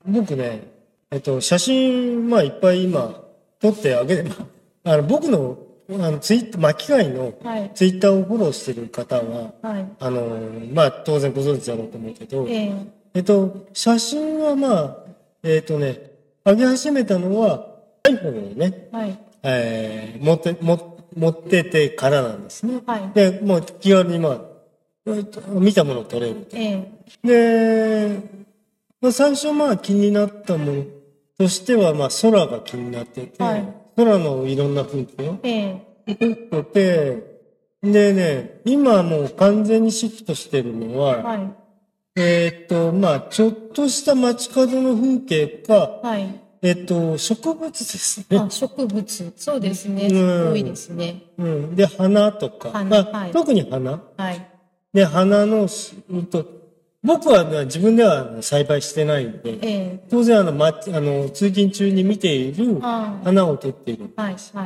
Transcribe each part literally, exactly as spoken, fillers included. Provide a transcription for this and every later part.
僕ね、えっと、写真、まあ、いっぱい今、撮ってあげれば、あの、僕の、あの、ツイッター、巻き貝のツイッターをフォローしてる方は、はい、あの、まあ、当然ご存知だろうと思うけど、えー、えっと、写真はまあ、えっとね、上げ始めたのは iPhone をね、はい、えー、持って、持持っててからなんですね。はい、で、もう気軽にまあ、見たものを撮れると。えー、で、まあ、最初まあ気になったものとしては、まあ空が気になってて、はい、空のいろんな風景。えー、て、でね、今もう完全にシフトしてるのは、はい、えー、っと、まあちょっとした街角の風景か、はい、えっと、植物ですね。 あ、植物。そうですね。うん、多いですね。 うん。で、花とか。花、まあはい、特に花。はい。で、花の、うんと、僕は、ね、自分では栽培してないんで、ええ、当然あの、ま、あの、通勤中に見ている花を撮っている。はい、はい。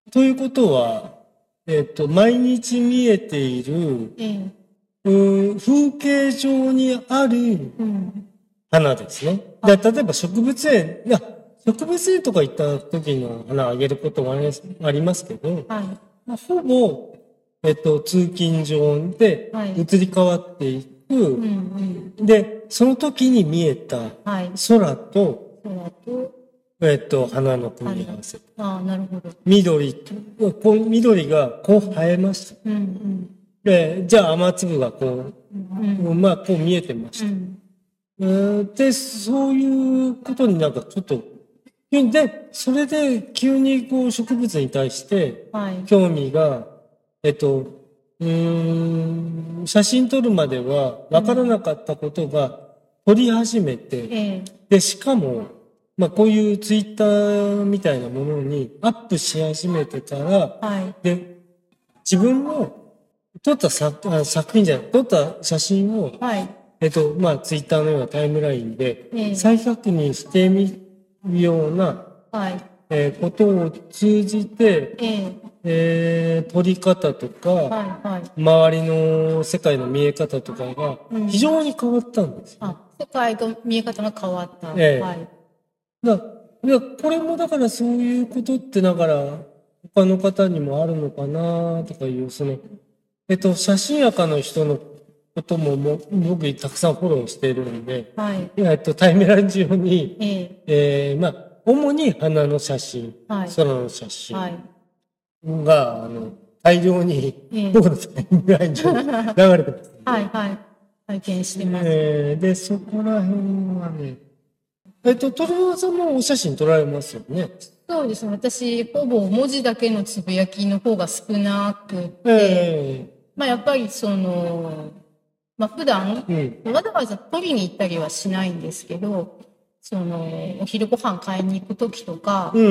ということは、えっと、毎日見えている、ええ、うん、風景上にある花ですね。で、例えば植物園、いや、植物園とか行った時の花をあげることもありますけど、はい、まあ、ほぼ、えっと、通勤上で移り変わっていく、はい、うんうん、で、その時に見えた空と、はい、空とえっと、花の組み合わせ。ああ、なるほど。緑、こう緑がこう生えました。うんうん、で、じゃあ雨粒がこう、うん、まあ、こう見えてました。うんえー、で、そういうことになんかちょっと、で、それで急にこう植物に対して興味が、はい、えっと、うーん、写真撮るまでは分からなかったことが撮り始めて、うん、で、しかも、まあこういうツイッターみたいなものにアップし始めてから、はい、で、自分の撮った作作品じゃない、撮った写真を、はいえっと、まあ、ツイッターのようなタイムラインで、再確認してみるような、はい、えー、ことを通じて、えーえー、撮り方とか、はいはい、周りの世界の見え方とかが非常に変わったんですよ、ねうん、あ、世界の見え方が変わった。 えーはい、 だいやこれもだからそういうことってだから他の方にもあるのかなとかいう、その、えっと、写真家の人のこともも僕たくさんフォローしているので、はい、えっと、タイムライン上に、えーえー、まあ、主に花の写真、はい、空の写真が、はい、あの大量に、えー、僕のタイムライン上に流れてます、ね。 はい、はい。拝見してます。 えー、で、そこら辺はね、えっと、鳥羽さんもお写真撮られますよね。 そうですね。私、ほぼ文字だけのつぶやきの方が少なくて、えー、まあやっぱりその、まあ普段、うん、わざわざ取りに行ったりはしないんですけど、その、お昼ご飯買いに行くときとか、うん、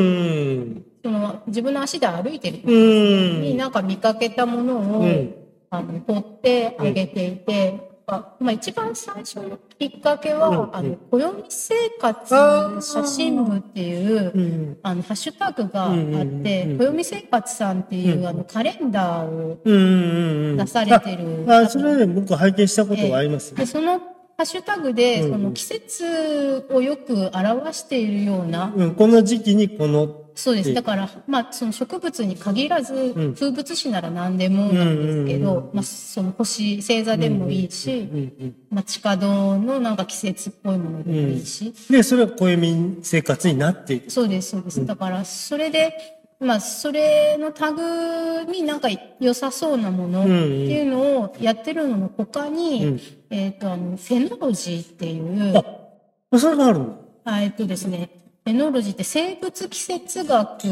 その自分の足で歩いてる時になんか見かけたものを、うん、あの撮ってあげていて、まあ、一番最初のきっかけは、うんうん、あの、暦生活写真部っていう、うん、あの、ハッシュタグがあって、うん、暦生活さんっていう、うん、あの、カレンダーを出されてる。 うん、あ、あそれね、僕拝見したことがあります、ね。 で、そのハッシュタグで、その季節をよく表しているような。 うん、この時期にこの。 そうです。だから、まあ、その植物に限らず、うん、風物詩なら何でもなんですけど、まあ、その星、星座でもいいし、街角のなんか季節っぽいものでもいいし。 うん、で、それは暦生活になっている。 そうです、そうです。だから、それで、まあ、それのタグになんか良さそうなものっていうのをやってるのの他に、うん、えっと、あの、フェノロジーっていう。 あ、それがあるの？ えっとですね、フェノロジーって生物季節学だった。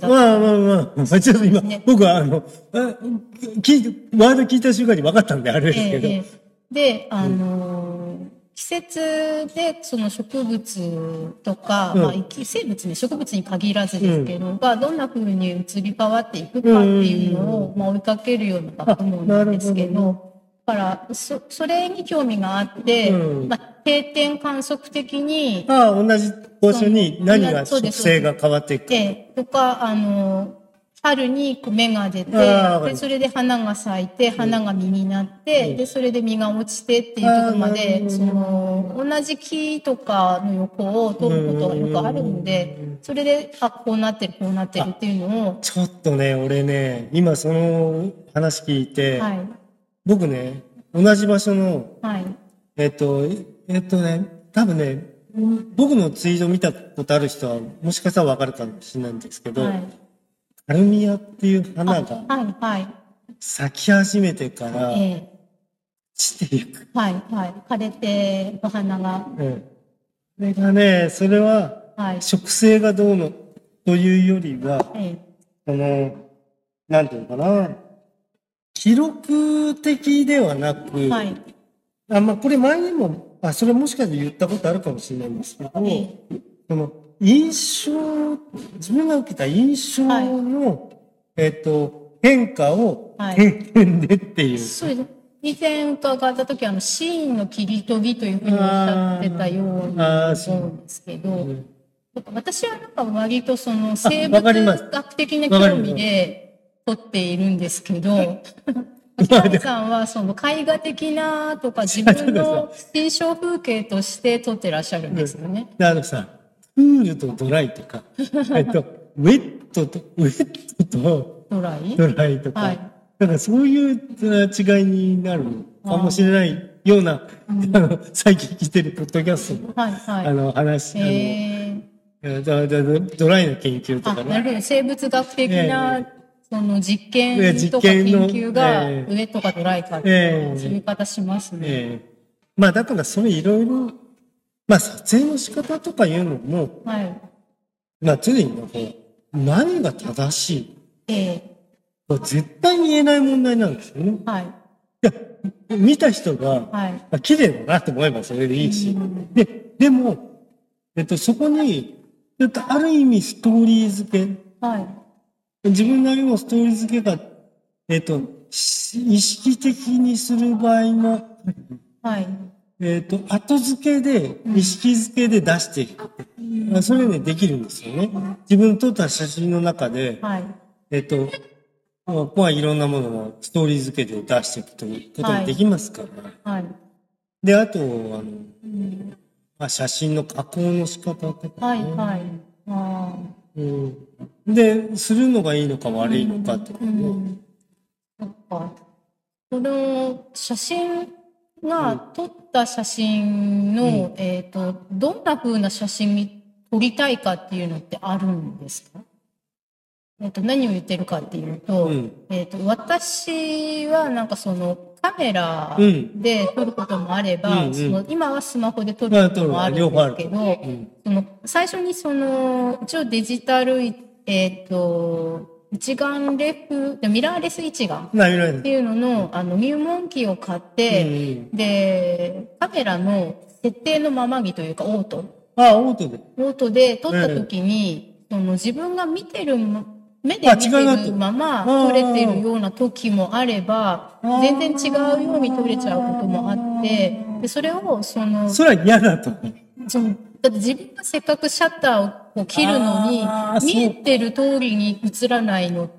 まあまあまあ、ちょっと今、ね、僕はあの、聞いワード聞いた瞬間に分かったんであれですけど。えー、 で、あのー、うん、季節でその植物とか、うん、まあ、生物ね、植物に限らずですけど、うん、がどんな風に移り変わっていくかっていうのを、まあ、追いかけるような学問なんですけど、だからそ、それに興味があって、うん、まあ、定点観測的に、 ああ、同じ場所に何が植生が変わっていくか。 ええ、とか、あの、 春に芽が出て、で、それで花が咲いて、花が実になって、で、それで実が落ちてっていうところまで、その、同じ木とかの横を通ることがよくあるので、それで、あ、こうなってる、こうなってるっていうのを。 ちょっとね、俺ね、今その話聞いて、はい、僕ね、同じ場所の、はい、えっと、えっとね、多分ね、僕のツイート見たことある人は、もしかしたらわかるかもしれないんですけど、はい、カルミアっていう花が咲き始めてから散っていく。 はいはい。枯れてお花が。 うん。それがね、それは植生がどうのというよりは、はい、その、なんていうのかな、記録的ではなく、はい、あ、まあ、これ前にも、あ、それもしかして言ったことあるかもしれないんですけど、はい、その、印象、自分が受けた印象の、はい、えっと、変化を経験でっていう。はい、 そうです。以前伺った時は、あの、シーンの切り研ぎというふうにおっしゃってたように思うんですけど、うん、私はなんか割とその生物学的な興味で撮っているんですけど、秋谷さんはその絵画的なとか自分の心象風景として撮ってらっしゃるんですよね。 あのさ、クールとドライとか、えっと、ウェットと、ウェットとドライドライとか、はい、だからそういう違いになるかもしれないような、あの、最近来てるポッドキャストの、はいはい、あの、話、えー、ドライな研究とかね。 なるほど、生物学的な、えー、その実験とか研究が、えー、ウェットかドライかっていう、そういう言い方しますね。えー、 まあだからそれいろいろ、まあ撮影の仕方とかいうのも、はい、まあ常にこう、何が正しい、えー、絶対に言えない問題なんですよね。はい。いや、見た人が、はい、まあ、綺麗だなと思えばそれでいいし、うん、で、でも、えっと、そこに、えっと、ある意味ストーリー付け、はい、自分なりのストーリー付けが、えっと、意識的にする場合も、はい。えっと、後付けで、意識付けで出していく。うん、それね、できるんですよね。自分撮った写真の中で、はい、えっと、まあ、いろんなものをストーリー付けで出していくということができますから。はい。はい、で、あと、あの、うんまあ、写真の加工の仕方とか、ね。はい、はい。あうん、で、するのがいいのか悪いのかとかね。うんうん、 なんか、その写真が、撮った写真の、うん、えっと、どんな風な写真に撮りたいかっていうのってあるんですか？えっと、何を言ってるかっていうと、うん、えっと、私はなんかそのカメラで撮ることもあれば、うんうん、その今はスマホで撮ることもあるんですけど、うん、その最初にその、一応デジタル、えっと、一眼レフ、ミラーレス一眼っていうのの、あの、入門機を買って、うん、で、カメラの設定のままにというか、オート。 ああ、オートで。 オートで撮った時に、その自分が見てる目で見てるまま撮れてるような時もあれば、全然違うように撮れちゃうこともあって、でそれをその、 それは嫌だと。 そのだって自分がせっかくシャッターを切るのに、見えてる通りに映らないのって、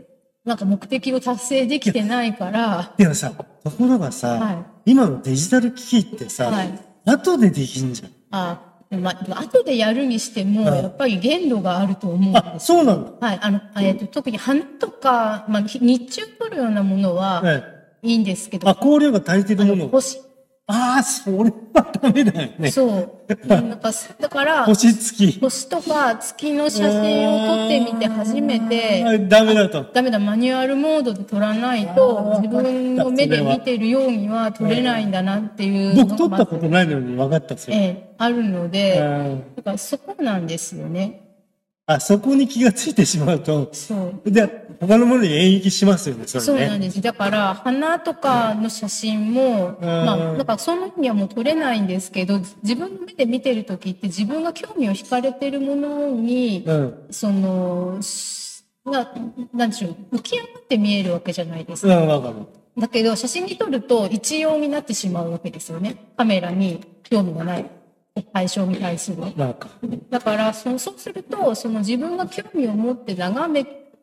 なんか目的を達成できてないから。 でもさ、ところがさ、はい、今のデジタル機器ってさ、はい、後でできんじゃん。 あまあ、後でやるにしても、やっぱり限度があると思うんです。 あ、そうなんだ。 はい。あの、えっと、特に花とか、まあ、日中撮るようなものは、いいんですけど。 あ、光量が足りてるもの。 星。 ああ、それはダメだよね。 そう。なんか、だから、 星付き。 星とか月の写真を撮ってみて初めて、 ダメだと。 ダメだ、マニュアルモードで撮らないと、自分の目で見てるようには撮れないんだなっていう。 僕撮ったことないのに分かったんですよ。 ええ、あるので、だからそこなんですよね。 あ、そこに気がついてしまうと、そう。で、他のものに演繹しますよね、それね。 そうなんです。だから、花とかの写真も、まあ、だからそのにはもう撮れないんですけど、自分の目で見てるときって自分が興味を惹かれてるものに、うん、その、な、なんでしょう、浮き上がって見えるわけじゃないですか。 うん、わかる。 だけど、写真に撮ると一様になってしまうわけですよね。カメラに興味がない。対象に対する。 なんかだからそ、そうすると、その自分が興味を持って眺め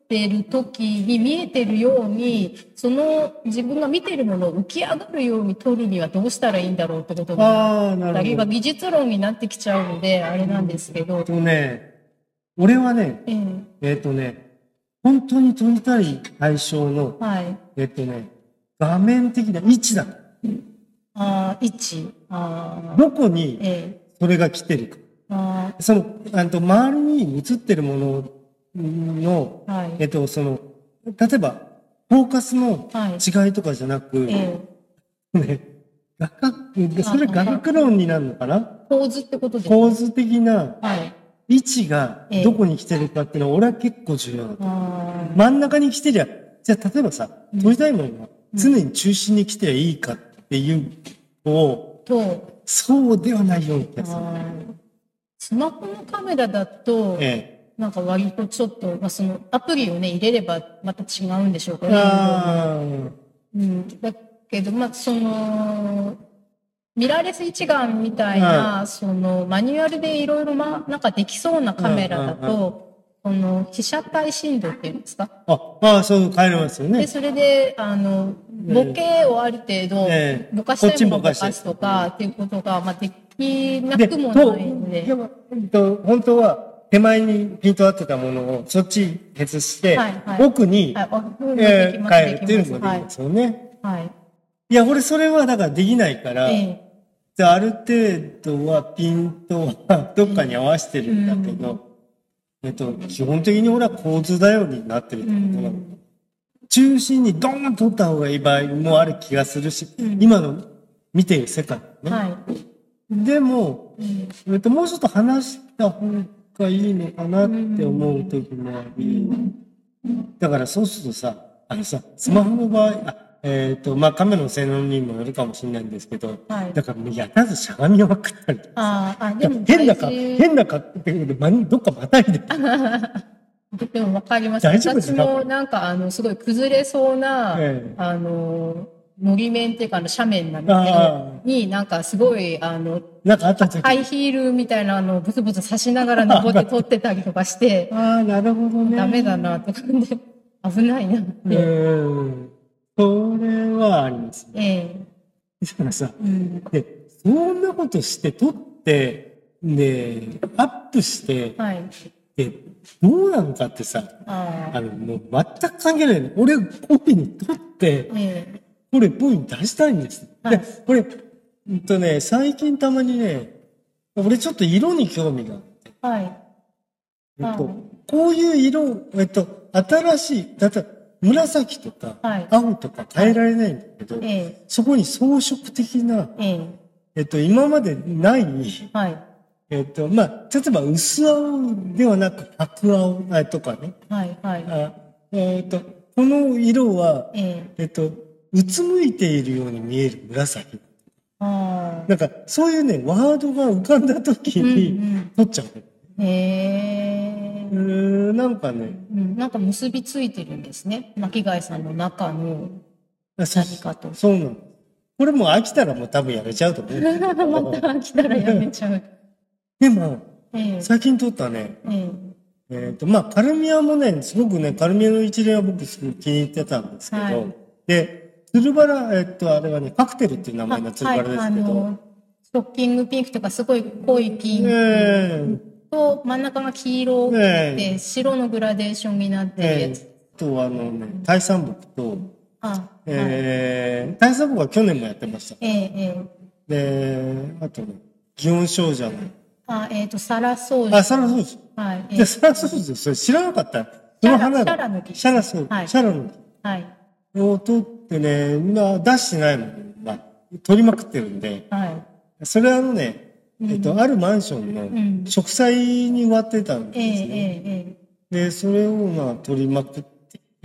てる時に見えてるように、その自分が見てるものを浮き上がるように撮るにはどうしたらいいんだろうってことが、あるいは技術論になってきちゃうので、あれなんですけど。 えっとね、俺はね、えー、えっとね、本当に撮りたい対象の、はい、えっとね、画面的な位置だ。 ああ、位置。あどこにそれが来てるか。あその、あと周りに映ってるものの、はい、えっと、その、例えば、フォーカスの違いとかじゃなく、はい、えー、ね、画角、それ画角論になるのかな？ 構図ってことですか？構図的な位置がどこに来てるかっていうのは、俺は結構重要だと。真ん中に来てりゃ、じゃあ例えばさ、撮りたいものが常に中心に来てりゃいいかっていうのを、うん、そうではないような気がする。 スマホのカメラだと、ええ、なんか割とちょっと、まあ、そのアプリをね、入れればまた違うんでしょうかね。うん、だけど、まあ、その、ミラーレス一眼みたいな、その、マニュアルでいろいろま、なんかできそうなカメラだと、この、被写体深度っていうんですか？ あ、ああ、そう、変えますよね。 で、それで、あの、ボケをある程度、ぼかしたいものをぼかすとか、っていうことが、まあ、できなくもないので。 でも、本当は、手前にピント合ってたものを、そっち外して、はいはい、奥に、はい、えー、変えるっていうのもできますよね。はい。はい、いや、俺それはだからできないから、えー、ある程度はピントはどっかに合わせてるんだけど、うん、えっと、基本的に俺は構図頼りになってるってことなの。うん、中心にドーンと取った方がいい場合もある気がするし、うん、今の見ている世界ね。はい、でも、うん、えっと、もうちょっと話した方がいいのかなって思う時もあり、うん、だからそうするとさ、あのさ、スマホの場合、あえっ、ー、と、まあ、カメラの性能にもよるかもしれないんですけど、はい、だからもうやたらしゃがみまくったりとか。ああ、でも変なか、変なかっていうので、どっかまたいで。 でもわかります。私もなんかあの、すごい崩れそうな、ええ、あの、のり面っていうかあの斜面なんですけど、になんかすごいあの、なんかあったハイヒールみたいなのをブツブツ刺しながら登って撮ってたりとかして、 ああ、なるほどね。 ダメだなって感じで、危ないなって。 うんそれはありますね。ええ。だからさ、うん、で、そんなことして撮って、で、アップして、はい、で、どうなのかってさ、あ, あの、もう全く関係ないの。俺、こういうふうに撮って、ええ、これ、こういうふうに出したいんです。はい、で、これ、うんとね、最近たまにね、俺ちょっと色に興味があって、はい。えっと、こういう色、えっと、新しい、例えば、紫とか青とか変えられないんだけど、はいええ、そこに装飾的な、えええっと、今までない、はい、えっと、まあ、例えば薄青ではなく白青とかね。はいはい、あえっと、この色は、えええっと、うつむいているように見える紫。あなんか、そういうね、ワードが浮かんだ時に撮っちゃう、うんうんへえ。うん、なんかね、 うん。なんか結びついてるんですね。巻貝さんの中の何かと。 そうなの。これもう飽きたらもう多分やめちゃうと思う。また飽きたらやめちゃう。 でも、ええ、最近撮ったね、えええー、と、まあ、カルミアもね、すごくね、カルミアの一連は僕すごく気に入ってたんですけど、はい、で、ツルバラ、えっと、あれはね、カクテルっていう名前のツルバラですけど、はい、あの、 ストッキングピンクとかすごい濃いピンク。えーと真ん中が黄色で白のグラデーションになってるやつ。えー、とあのね大山木と、あえーはい、大山木は去年もやってました。えーえー、であとね祇園精舎のあえっ、ー、とサラソージ。 あサラソージ。はい。でサラソージそれ知らなかった。その花がシャラの木。シャラソージ。はい、シャラの木。はい。を取ってね今出してないもん、まあ、取りまくってるんで。はい。それはあのね。えっと、あるマンションの植栽に割ってたんですね。うん、で、それをまあ取りまくって、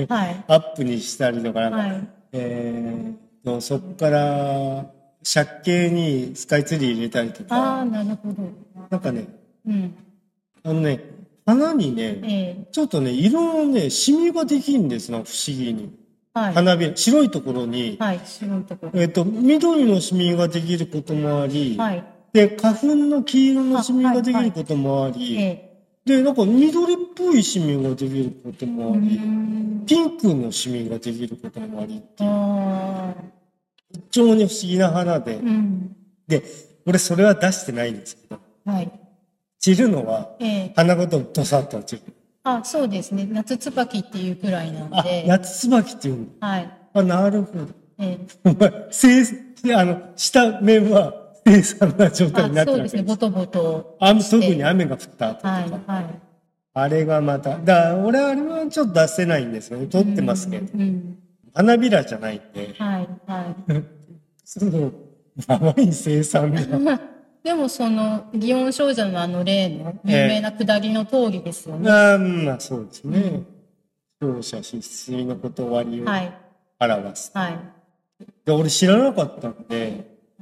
はい、アップにしたりとか、はい、えー、とそこから借景にスカイツリー入れたりとか。 ああ、なるほど。 なんかね、うん、あのね、花にね、えー、ちょっとね、色のね、シミができるんですな、不思議に。はい、花びら、白いところに、はい、白いところ。えっと、緑のシミができることもあり、はいで、花粉の黄色のシミができることもあり、はいはい、 で、なんか緑っぽいシミができることもあり、ピンクのシミができることもありっていう。非常に不思議な花で、うん、で、俺それは出してないんですけど、はい、散るのは、花ごとドサッと落ちる。 あ、そうですね。夏椿っていうくらいなんで。 夏椿っていうの？はい。あ、なるほど。ええ、お前、生、あの、下面は生産な状態になってるわけです。そうですね。 ボトボト。 雨、特に雨が降った後とか。はい、はい。あれがまた、だから俺はあれはちょっと出せないんですよね。撮ってますけど。うんうん、花びらじゃないんで。はい、はい。その、やばい生産が。 でもその、祇園少女のあの例の有名な下りの通りですよね。 えー、あまあそうですね。勝者失水の断りを表す。はい。はい、で俺知らなかったんで、うん、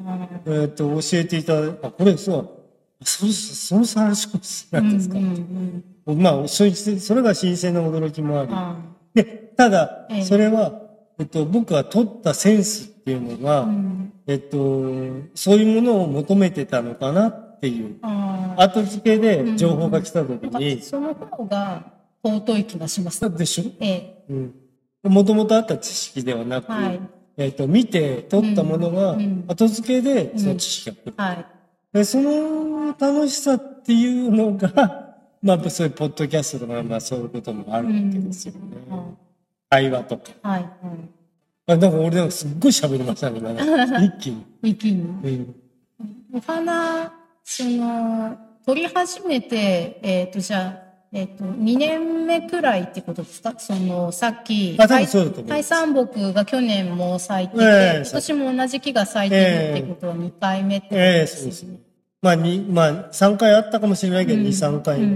えっと、教えていただいた、あ、これそう、そ、その話コースなんですか、うんうんうん、まあ、そいつ、それが新鮮な驚きもあり。うん、で、ただ、それは、えっと、僕が取ったセンスっていうのが、うん、えっと、そういうものを求めてたのかなっていう、後付けで情報が来た時に、うん、 その方が尊い気がします。 でしょ、ええ、うん。もともとあった知識ではなく、はい、えっと、見て取ったものが、後付けでその知識が来る。うん、はい。で、その楽しさっていうのが、まあ、そういうポッドキャストとか、まあ、そういうこともあるわけですよね。うん、会話とか。はい。はい。あ、だから俺なんかすっごい喋りましたね、今ね。一気に。 一気に。うん。お花、その、取り始めて、えっと、じゃあ、えっと、にねんめくらいってことですか？その、さっき、海産木が去年も咲いてて、えー、今年も同じ木が咲いてるってことはにかいめってことですね。えー、そうですね。 まあ、に、まあ、さんかいあったかもしれないけど、うん、に、さんかい。うんうん、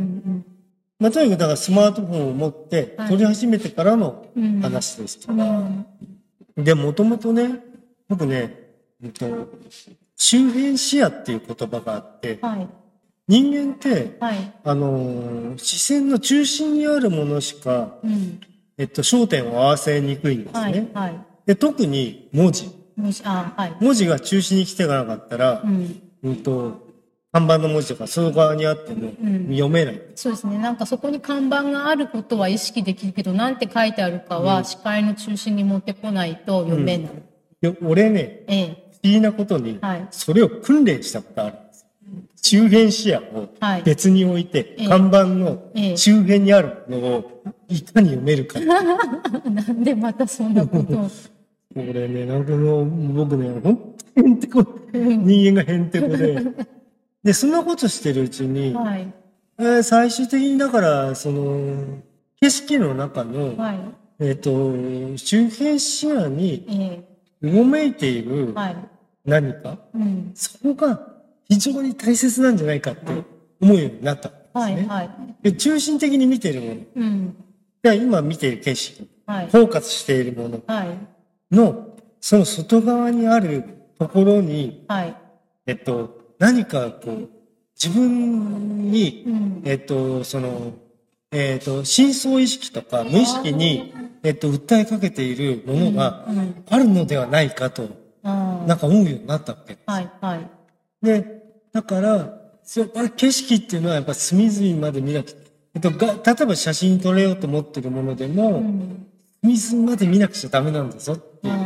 まあ、とにかく、だからスマートフォンを持って撮り始めてからの話ですから。うんうん、で、もともとね、僕ね、えっと、周辺視野っていう言葉があって、はい、人間って、はい、あの、視線の中心にあるものしか、うん、えっと、焦点を合わせにくいんですね。はいはい、で、特に文字。文字、あ、はい、文字が中心に来てなかったら、うん、うんと、看板の文字とか外側にあっても読めない、うん、 そうですね。なんかそこに看板があることは意識できるけど、なんて書いてあるかは視界の中心に持ってこないと読めない。 うん、俺ね、ええ、不思議なことに、それを訓練したことあるんです。はい、周辺視野を別に置いて、はい、看板の周辺にあるのをいかに読めるか。 なんでまたそんなことを。 俺ね、なんかもう僕ね、本当にへんてこ、人間がへんてこで。で、そんなことしてるうちに、はい、えー、最終的にだから、その、景色の中の、はい、えっと、周辺視野に、うごめいている何か、はいうん、そこが非常に大切なんじゃないかって思うようになったんですね。はいはい、で中心的に見ているもの、うん、で今見ている景色、はい、包括しているものの、はい、その外側にあるところに、はい、えっと、何かこう、自分に、うん、えっと、その、えっと、深層意識とか無意識に、えっと、訴えかけているものがあるのではないかと、なんか思うようになったわけです。はい、はい。で、だから、そう、景色っていうのはやっぱ隅々まで見なくて、えっと、が、例えば写真撮れようと思ってるものでも、うん、隅々まで見なくちゃダメなんだぞっていう、うん、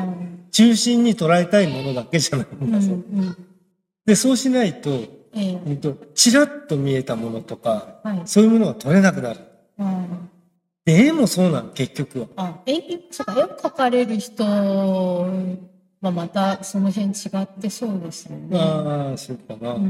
中心に捉えたいものだけじゃないんだぞ。うんうん、で、そうしないと、ええ、とチラッと見えたものとか、はい、そういうものが撮れなくなる。うん、で、絵もそうなの、結局は。 あ、絵、そうか、絵を描かれる人はまたその辺違ってそうですよね。 ああ、そうかな。うん、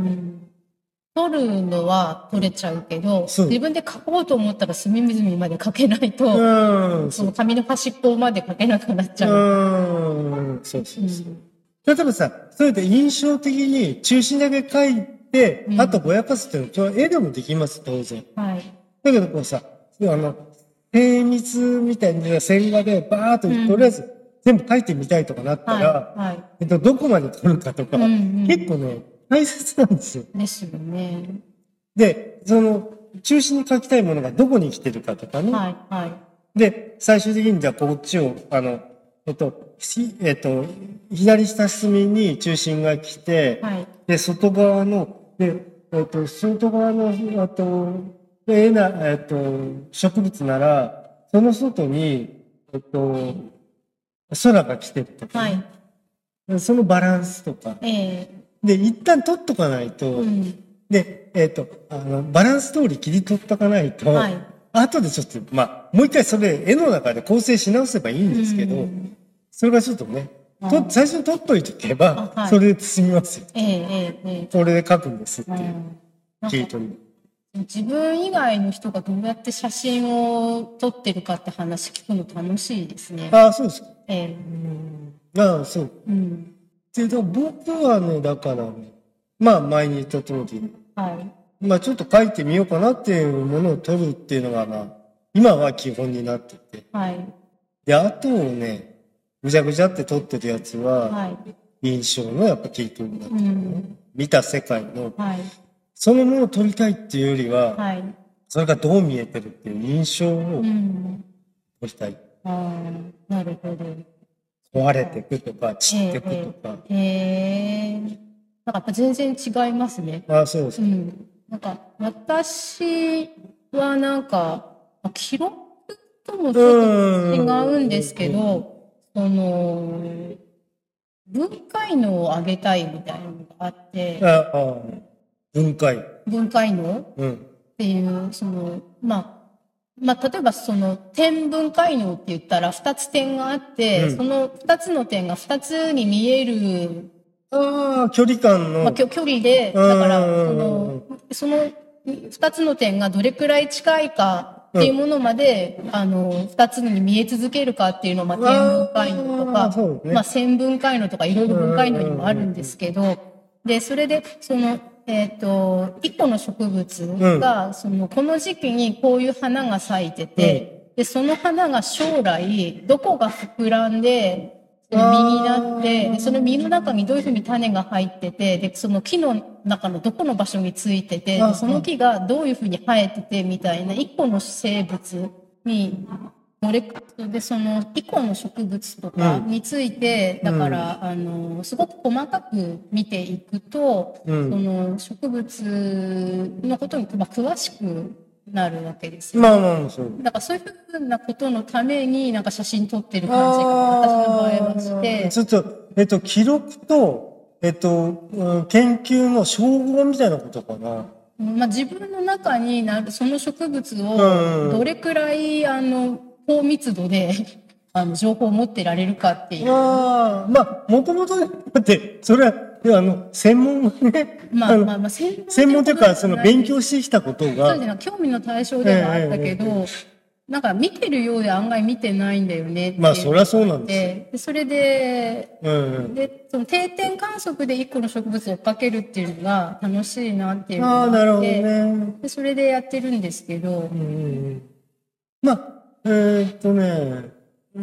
撮るのは撮れちゃうけど、うん、自分で描こうと思ったら隅々まで描けないと、うん、その紙の端っこまで描けなくなっちゃう。うん、 そうそうそう。うん、例えばさ、それで印象的に中心だけ描いて、うん、あとぼやかすっていうのは、絵でもできます、当然。はい。だけどこうさ、あの、精密みたいな線画でバーっと、うん、とりあえず全部描いてみたいとかなったら、はいはい、えっと、どこまで撮るかとか、うんうん、結構ね、大切なんですよ。 ですよね。 で、その、中心に描きたいものがどこに来てるかとかね。はい、はい。で、最終的にじゃあこっちを、あの、えっと、えっと、左下隅に中心が来て、はい、で、外側の、で、えっと、外側の、あと、 で、な、えっと、植物なら、その外に、えっと、空が来てるとか、ね、はい、そのバランスとか、えー、で、一旦取っとかないと、うん、で、えっと、あの、バランス通り切り取っとかないと、はい、後でちょっと、まあ、もう一回それ、絵の中で構成し直せばいいんですけど、うん、それがちょっとね、と最初に取っといておけば、はい、それで済みますよ。えー、えー、えー、これで描くんですっていう、切り取り。 自分以外の人がどうやって写真を撮ってるかって話聞くの楽しいですね。 ああ、そうですか。ええー。ああ、そう。うん。けど、僕はね、だからね、まあ、前に言った通り、はい。まあ、ちょっと書いてみようかなっていうものを撮るっていうのが、まあ、今は基本になってて。はい。で、あとね、ぐちゃぐちゃって撮ってるやつは、はい。印象のやっぱキートになってる、ね、うん。見た世界の、はい。そのものを撮りたいっていうよりは、はい、それがどう見えてるっていう印象を撮りたい。うん、ああ、なるほど。壊れていくとか、散っていくとか。へえー。なんかやっぱ全然違いますね。 ああ、そうですか。うん。 なんか、私はなんか、記録ともちょっと違うんですけど、その、分解能を上げたいみたいなのがあって、ああ分解。 分解能、うん、っていう、その、まあ、まあ、例えばその点分解能って言ったら二つ点があって、うん、その二つの点が二つに見える。 ああ、距離感の。 まあ、距離で、だから、その、その二つの点がどれくらい近いかっていうものまで、うん、あの、二つに見え続けるかっていうのを、まあ、点分解能とか、ね、まあ、線分解能とかいろいろ分解能にもあるんですけど、で、それで、その、えっと、一個の植物が、うん、その、この時期にこういう花が咲いてて、うん、で、その花が将来、どこが膨らんで、実になって、で、その実の中にどういうふうに種が入ってて、で、その木の中のどこの場所についてて、でその木がどういうふうに生えてて、みたいな、一個の生物に、モレクで、その、一個の植物とかについて、うん、だから、あの、すごく細かく見ていくと、うん、その、植物のことに、まあ、詳しくなるわけですよ、ね。 まあまあ、そう。 だからそういうふうなことのために、なんか写真撮ってる感じが、私の場合はして。 ちょっと、えっと、記録と、えっと、研究の称号みたいなことかな。 まあ、自分の中になる、その植物を、どれくらい、あの、高密度で、あの、情報を持ってられるかっていう。 ああ、まあ、もともと、だって、それは、あの、専門ね。 まあまあまあ、専門。 専門というか、その、勉強してきたことが。 そうですね、興味の対象ではあったけど、えーえー、なんか見てるようで案外見てないんだよねって。 まあ、そりゃそうなんですよ。 で、それで、うんうん、で、その定点観測で一個の植物を追っかけるっていうのが楽しいなっていうのがあって。ああ、なるほどね。で、それでやってるんですけど。うんうん、 まあ、えー、っとね、うん、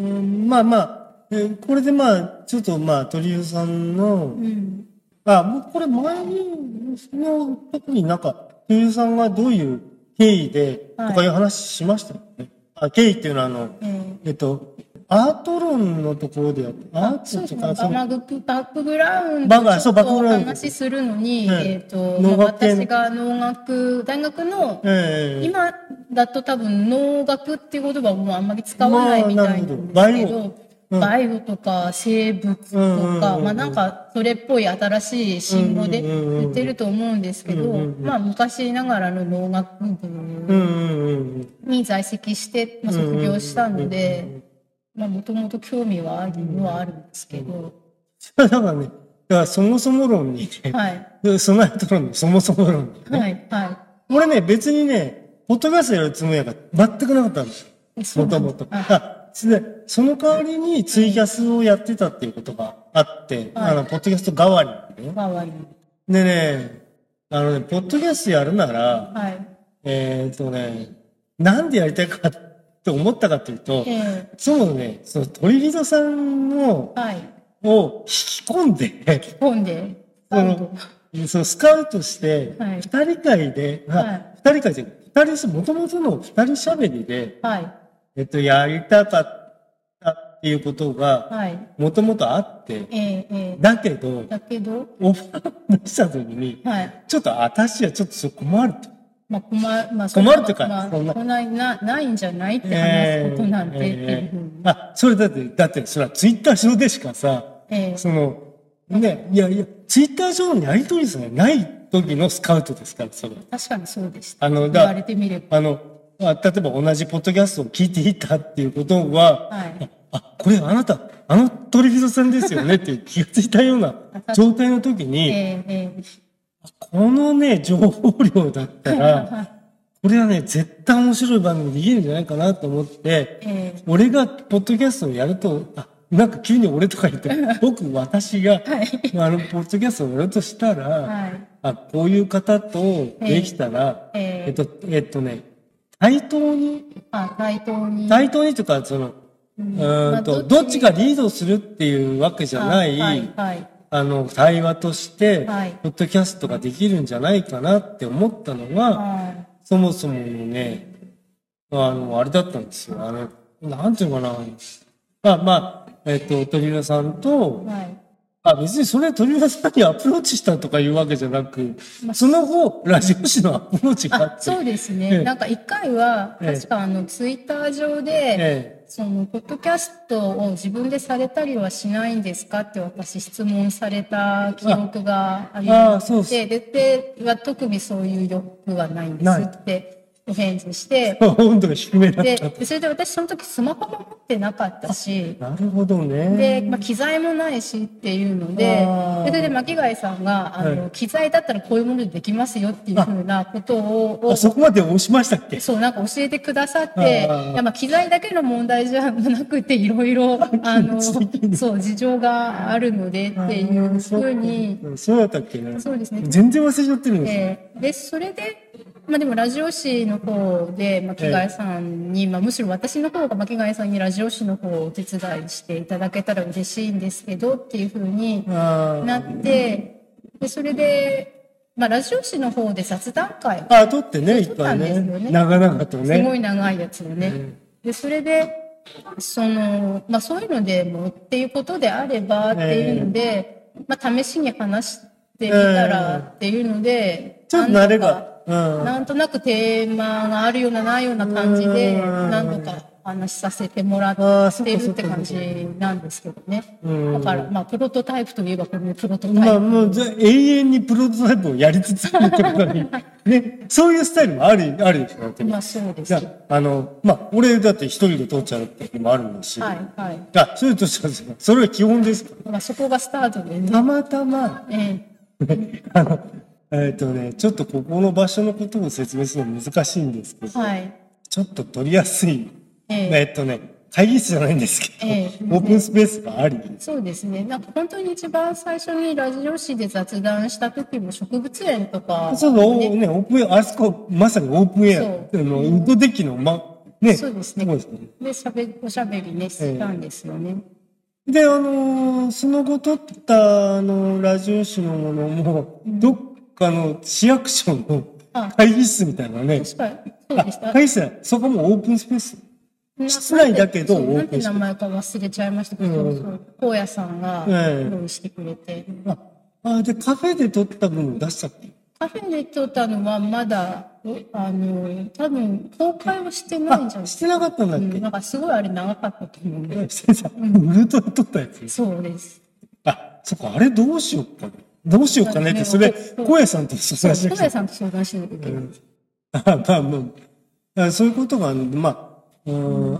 まあまあ、えー、これでまあ、ちょっとまあ、鳥居さんの、うん、あ、もうこれ前に、その時になんか、鳥居さんがどういう経緯で、とかいう話しましたよね。はい、あ、経緯っていうのはあの、うん、えっと、アート論のところでやって、アートとか、 そう、バックグラウンドをちょっとお話しするのに、えっと、私が農学、大学の、えー、今だと多分農学っていう言葉もあんまり使わないみたいなんですけど、バイオとか生物とか、まあなんかそれっぽい新しい新語で言ってると思うんですけど、まあ昔ながらの農学部に在籍して、まあ、卒業したので、まあもともと興味はあるのはあるんですけど。 だからね、だからそもそも論にね、はい。その後論のそもそも論にね。はい、はい。俺ね、別にね、ポッドキャストやるつもりやから全くなかったんですよ。もともと。で、その代わりにツイキャスをやってたっていうことがあって、はい、あの、ポッドキャスト代わりにね。代わりに。でね、あのね、ポッドキャストやるなら、はい、えっとね、なんでやりたいかって思ったかというと、えー、そのね、その鳥人さんの、はい、を引き込んで、引き込んで、 その、そのスカウトして、二人会で、はい、二人会で、二人、もともとの二人喋りで、はい、えっと、やりたかったっていうことが、もともとあって、ええ、だけど、 だけど、 オファー出した時に、はい、ちょっと私はちょっとそこ困ると。 まあ、困, まあ、 困るというか、 まあ、こないな、ないんじゃないって話すことなんて、えーえー、あ、それだって、だって、それはツイッター上でしかさ、えー、その、ね、いやいや、ツイッター上のやりとりさえない時のスカウトですから、それ。 確かにそうでした。 あの、 言われてみれば。 あの、例えば同じポッドキャストを聞いていたっていうことは、はい、あ、これあなた、あのトリフィドさんですよねって気がついたような状態の時に、えーえー、このね、情報量だったら、これはね、絶対面白い番組できるんじゃないかなと思って、えー、俺がポッドキャストをやると、あ、なんか急に俺とか言って、僕、私が、はい、あの、ポッドキャストをやるとしたら、はい、あ、こういう方とできたら、えー、えっと、えっとね、対等に、 あ、対等に。 対等にとか、その、うん、うんと、まあ、どっちがリードするっていうわけじゃない、あ、はいはい、あの、対話として、はい、ポッドキャストができるんじゃないかなって思ったのが、はい、そもそものね、あの、あれだったんですよ。あの、なんていうのかな。まあ、まあ、えっと、鳥浦さんと、はい、あ、別にそれ鳥浦さんにアプローチしたとかいうわけじゃなく、まあ、その後、ラジオ誌のアプローチがあって。 あ、そうですね。ええ、なんか一回は、確かあの、ツイッター上で、ええ、その、ポッドキャストを自分でされたりはしないんですかって私質問された記憶がありまして、で、で、特にそういう欲はないんですって。お返事して。 温度が低めだった。 で、それで私その時スマホも持ってなかったし。 なるほどね。 で、まあ、機材もないしっていうので、それで巻貝さんが、あの、はい、機材だったらこういうものでできますよっていうふうなことを。 あ、そこまで押しましたっけ？ そう、なんか教えてくださって、いやまあ、機材だけの問題じゃなくて、いろいろ、あの、そう、事情があるのでっていうふうに。 そうだったっけね。 そうですね。 全然忘れちゃってるんですよ。 えー、で、それで、まあでもラジオ誌の方で巻貝さんに、ええ、まあむしろ私の方が巻貝さんにラジオ誌の方をお手伝いしていただけたら嬉しいんですけどっていう風になって、で、それで、まあラジオ誌の方で雑談会をあ、撮ってね、いっぱいね。長々とね。 すごい長いやつをね。ええ、で、それで、その、まあそういうのでもっていうことであればっていうので、ええ、まあ試しに話してみたらっていうので、ええ、ちょっと慣れが。 うん、なんとなくテーマがあるようなないような感じで何度か話させてもらってるって感じなんですけどね。だからまあプロトタイプといえばこのプロトタイプ。 まあもうじゃ永遠にプロトタイプをやりつつあるってことにね、そういうスタイルもあるあるでしょ。 まあそうです。 じゃあのまあ俺だって一人で撮っちゃうっていうのもあるんだし。 はいはい。 あ、そういうとしたらそれは基本ですか。 まあそこがスタートでね。 たまたま。ええ。あの。えっとね、ちょっとここの場所のことを説明するのは難しいんですけど、はい、ちょっと取りやすい、えー、えっとね、会議室じゃないんですけど、えー、オープンスペースがあり。 そうですね。なんか本当に一番最初にラジオ誌で雑談した時も植物園とか、ね。 そうそう、ね、オープンエア、あそこまさにオープンエア、あのウッドデッキの、ま、ね。 そうですね。で、しゃべ、おしゃべりね、したんですよね。 えー、で、あのー、その後撮った、あの、ラジオ誌のものも、うん、どっあの、市役所の会議室みたいなね。 確かに。そうでした。 会議室そこもオープンスペース。室内だけどオープンスペース。 なんて名前か忘れちゃいましたけど、うん、荒野さんが用意してくれて。 えー、ああ、で、カフェで撮った分出したっけ？ カフェで撮ったのはまだ、あの、多分、公開はしてないんじゃないしてなかったんだっけ、うん、 なんかすごいあれ長かったと思うんで。 先生、ウルトラ撮ったやつ。 そうです。 あ、そっか、あれどうしようかな。どうしようかねって、それ、小屋さんと相談して小屋さんと相談しなきゃいけない。 あ、まあまあ、そういうことが、まあ、うん、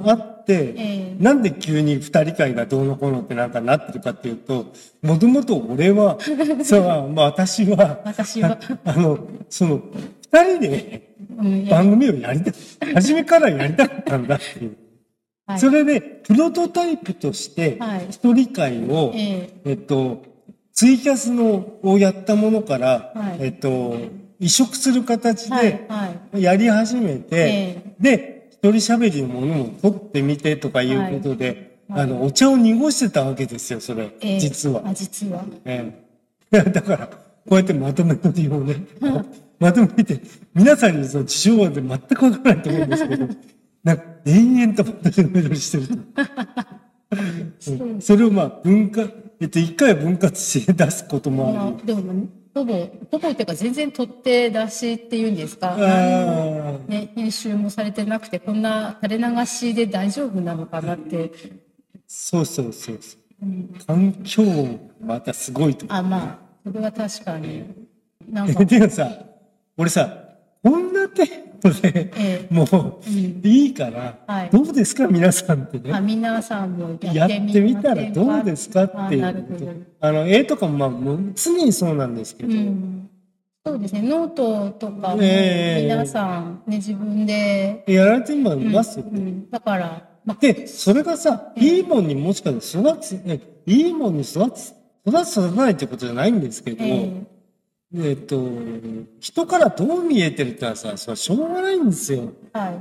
あって、えー、なんで急に二人会がどうのこうのってなんかなってるかっていうと、もともと俺は、そう、まあ私は、 私は、 あの、その、二人で番組をやりたい、初めからやりたかったんだっていう。はい、それで、プロトタイプとして、一人会を、はい、えー、えっと、ツイキャスのをやったものから、はい、えっと、移植する形でやり始めて、はいはい、で、一人喋りのものも撮ってみてとかいうことで、はいはい、あの、お茶を濁してたわけですよ、それ。えー、実は。 あ、実は。 えー、だから、こうやってまとめの理由をね、まとめて、皆さんにその事情は全くわからないと思うんですけど、なんか、延々とまとめ撮りしてると。それをまあ、文化、えっと、一回は分割して出すこともある。 でも、 ほぼ、ほぼっていうか全然取って出しっていうんですか。ね、編集もされてなくて、こんな垂れ流しで大丈夫なのかなって。 そうそうそうそう。うん、環境またすごいと思う。 あ、まあ、それは確かに。なんか。 でもさ、俺さ、こんなテンポで、ええ、もう、いいから、うん、はい、どうですか皆さんってね。 あ、皆さんもやってみたらどうですかっていう。あ, あの、絵とかもまあ、もう常にそうなんですけど。うん、 そうですね、ノートとかも皆さん、ね、自分で。 やられて今いますよね。 うんうん、だから、 まあ、で、それがさ、いいもんにもしかして育つ、いいもんに育つ、育つ、育たないってことじゃないんですけど、えーえっと、人からどう見えてるってのはさ、それはしょうがないんですよ。はい。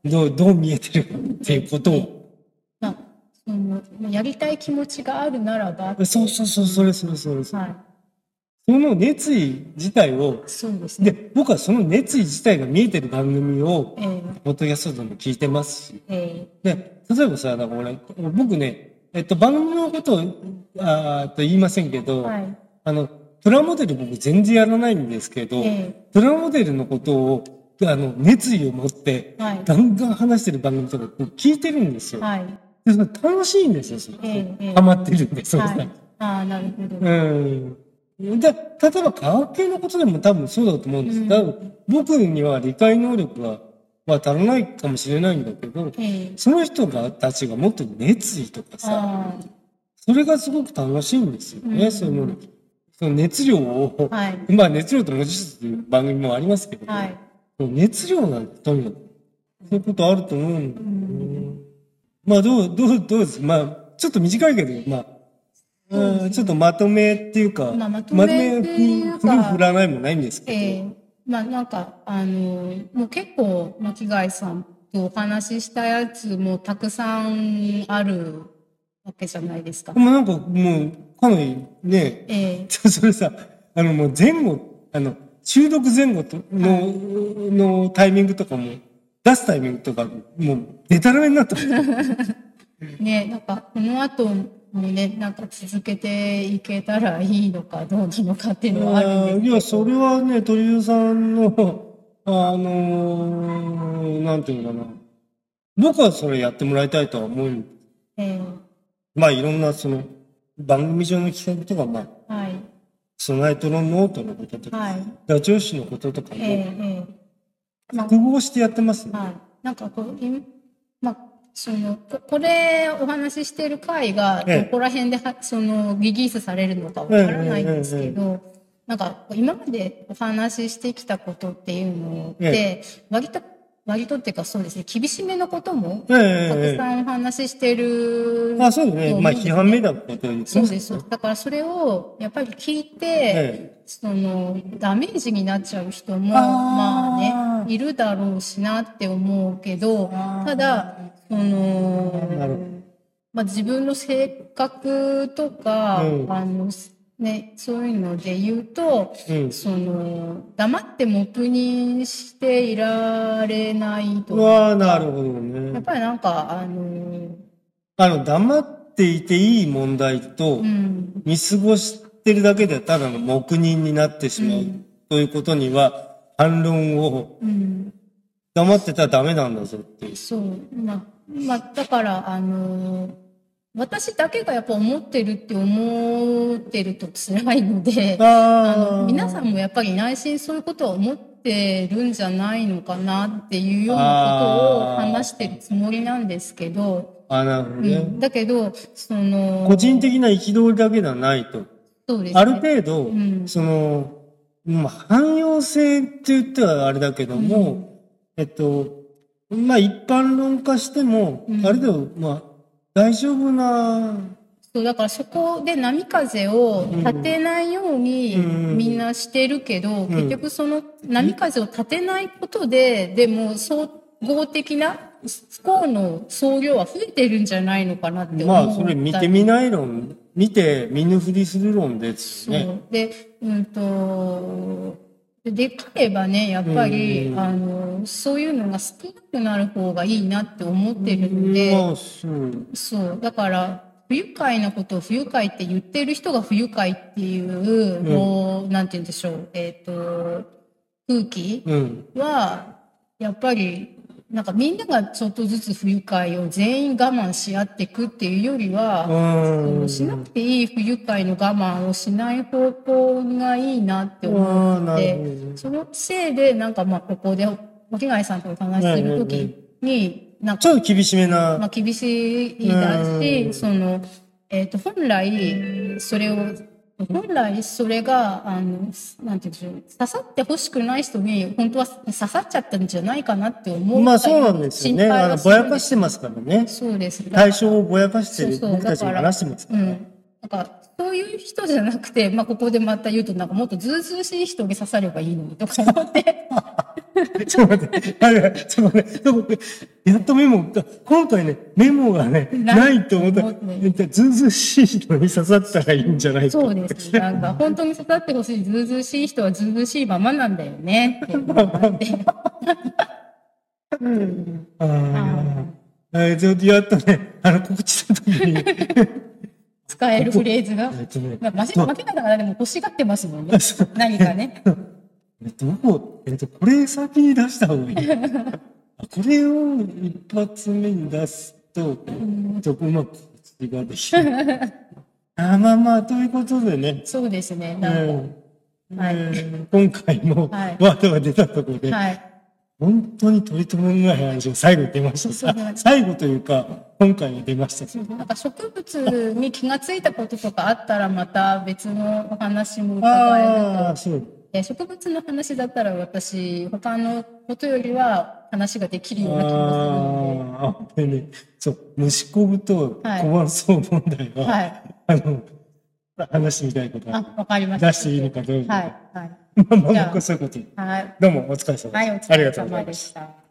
どう、どう見えてるっていうことを。 まあ、その、やりたい気持ちがあるならば。 そうそうそう、それそれそれそれ。はい。その熱意自体を、そうですね。で、僕はその熱意自体が見えてる番組を、えー、ポッドキャストでも聞いてますし。えー、で、例えばさ、なんか俺、僕ね、えっと、番組のことを、あと言いませんけど、はい、あの、プラモデル僕全然やらないんですけど、ええ、プラモデルのことを、あの、熱意を持って、ガンガン話してる番組とか聞いてるんですよ。はい、でそれ楽しいんですよ、それ。ええ、ハマってるんで、それ、はい。 ああ、なるほど。 うん。で、例えば科学系のことでも多分そうだと思うんです。うん、多分僕には理解能力が、まあ、足らないかもしれないんだけど、ええ、その人がたちが持ってる熱意とかさ、それがすごく楽しいんですよね、うん、そういうの。その熱量を、はい、まあ熱量と文字数という番組もありますけど、はい、熱量なんてとにかく、そういうことあると思うんだよね。うん、まあどう、どう、どうです。まあ、ちょっと短いけど、まあ、うん、ちょっとまとめっていうか、まあ、まとめっていうか、振らないもないんですけど。えー、 まあなんか、あの、もう結構、巻貝さんとお話ししたやつもたくさんあるわけじゃないですか。 でもなんかもう、かなりね、えー、それさ、あのもう前後、あの、中毒前後との、はい、のタイミングとかも、出すタイミングとか、もう、デタラメになってます。 ね、なんか、この後もね、なんか続けていけたらいいのかどうなのかっていうのはあるんですけど。 いや、それはね、鳥居さんの、あのー、なんていうのかな。僕はそれやってもらいたいとは思うんです。えー、まあ、いろんなその、番組上の企画とか、まあ、はい、スナイトロノートのこととか、はい、ラジオ誌のこととかも、えー、複合してやってますね。はい。 なんかこう、まあ、その、これお話ししている回が、どこら辺で、その、リリースされるのかわからないんですけど、なんか、今までお話ししてきたことっていうので、割と、割とっていうかそうですね、厳しめのことも、たくさんお話ししてる、 あ、そうですね。まあ、批判めだこと言ってます。 そうです。だからそれを、やっぱり聞いて、その、ダメージになっちゃう人も、まあね、いるだろうしなって思うけど、ただ、その、まあ、自分の性格とか、うん、あの、ね、そういうので言うと、うん、その、黙って黙認していられないとか。 ああ、なるほどね。 やっぱりなんか、あの、 あの、黙っていていい問題と、うん、見過ごしてるだけでただの黙認になってしまう、うん、ということには、反論を、うん、黙ってたらダメなんだぞっていう。 そう。まあ、まあ、だから、あのー、私だけがやっぱ思ってるって思ってると辛いので、あの、皆さんもやっぱり内心そういうことは思ってるんじゃないのかなっていうようなことを話してるつもりなんですけど、 あ、なるほどね。うん、 だけど、その、 個人的な憤りだけではないと。 そうですね。 ある程度、うん、その、まあ、汎用性って言ってはあれだけども、うん、えっと、まあ一般論化しても、うん、あれでも、まあ、大丈夫な。 そう、だからそこで波風を立てないようにみんなしてるけど、うん、結局その波風を立てないことで、でも総合的な不幸の総量は増えてるんじゃないのかなって思う。 まあ、それ見てみない論、見て見ぬふりする論ですね。そう。 で、うんと、できればね、やっぱり、あの、そういうのが少なくなる方がいいなって思ってるので、まあ、そう。そう。だから、 不愉快なことを不愉快って言ってる人が不愉快っていう、うん、もう、なんて言うんでしょう、えっと、空気は、やっぱり、なんかみんながちょっとずつ不愉快を全員我慢し合っていくっていうよりは、しなくていい不愉快の我慢をしない方向がいいなって思って、そのせいでなんかまあここでお被害さんとお話しするときに、なんかちょっと厳しめな。 まあ厳しいだし、その、えっと、本来それを、本来それが、あの、なんていうんでしょう、刺さってほしくない人に、本当は刺さっちゃったんじゃないかなって思う。 まあそうなんですよね。あの、ぼやかしてますからね。 そうです。 対象をぼやかしてる僕たちに話してますから。 うん。なんか、そういう人じゃなくて、まあここでまた言うと、なんかもっとずうずうしい人に刺さればいいのにとか思って。 ちょっと待って、あれ、ちょっと待って、やっとメモ、今回ね、メモがね、ないと思ったら、ずうずうしい人に刺さったらいいんじゃないか。 そうです。なんか、本当に刺さってほしい、ずうずうしい人はずうずうしいままなんだよね、って思って。 ああ、え、ちょっとやっとね、あの、告知の時に。 使えるフレーズが。間違いながらでも欲しがってますもんね。何かね。 どこ、えっと、これ先に出した方がいい。これを一発目に出すと、ちょっとうまく告知ができる。あ、まあまあ、ということでね。 そうですね。なんか、はい、 今回もワードが出たところで、はい、本当に取り留めのない話が最後出ました。最後というか、今回も出ました。 なんか植物に気がついたこととかあったら、また別のお話も伺えると。あそう。植物の話だったら私、他のことよりは話ができるような気がするので。 ああ、でね、そう、虫こぶと小判層問題は、はい、あの、話してみたいことあ、わかりました。 出していいのかどうか。 はい、はい。 まあまあ、そういうこと。はい。どうもお疲れ様です。 はい、お疲れ様でした。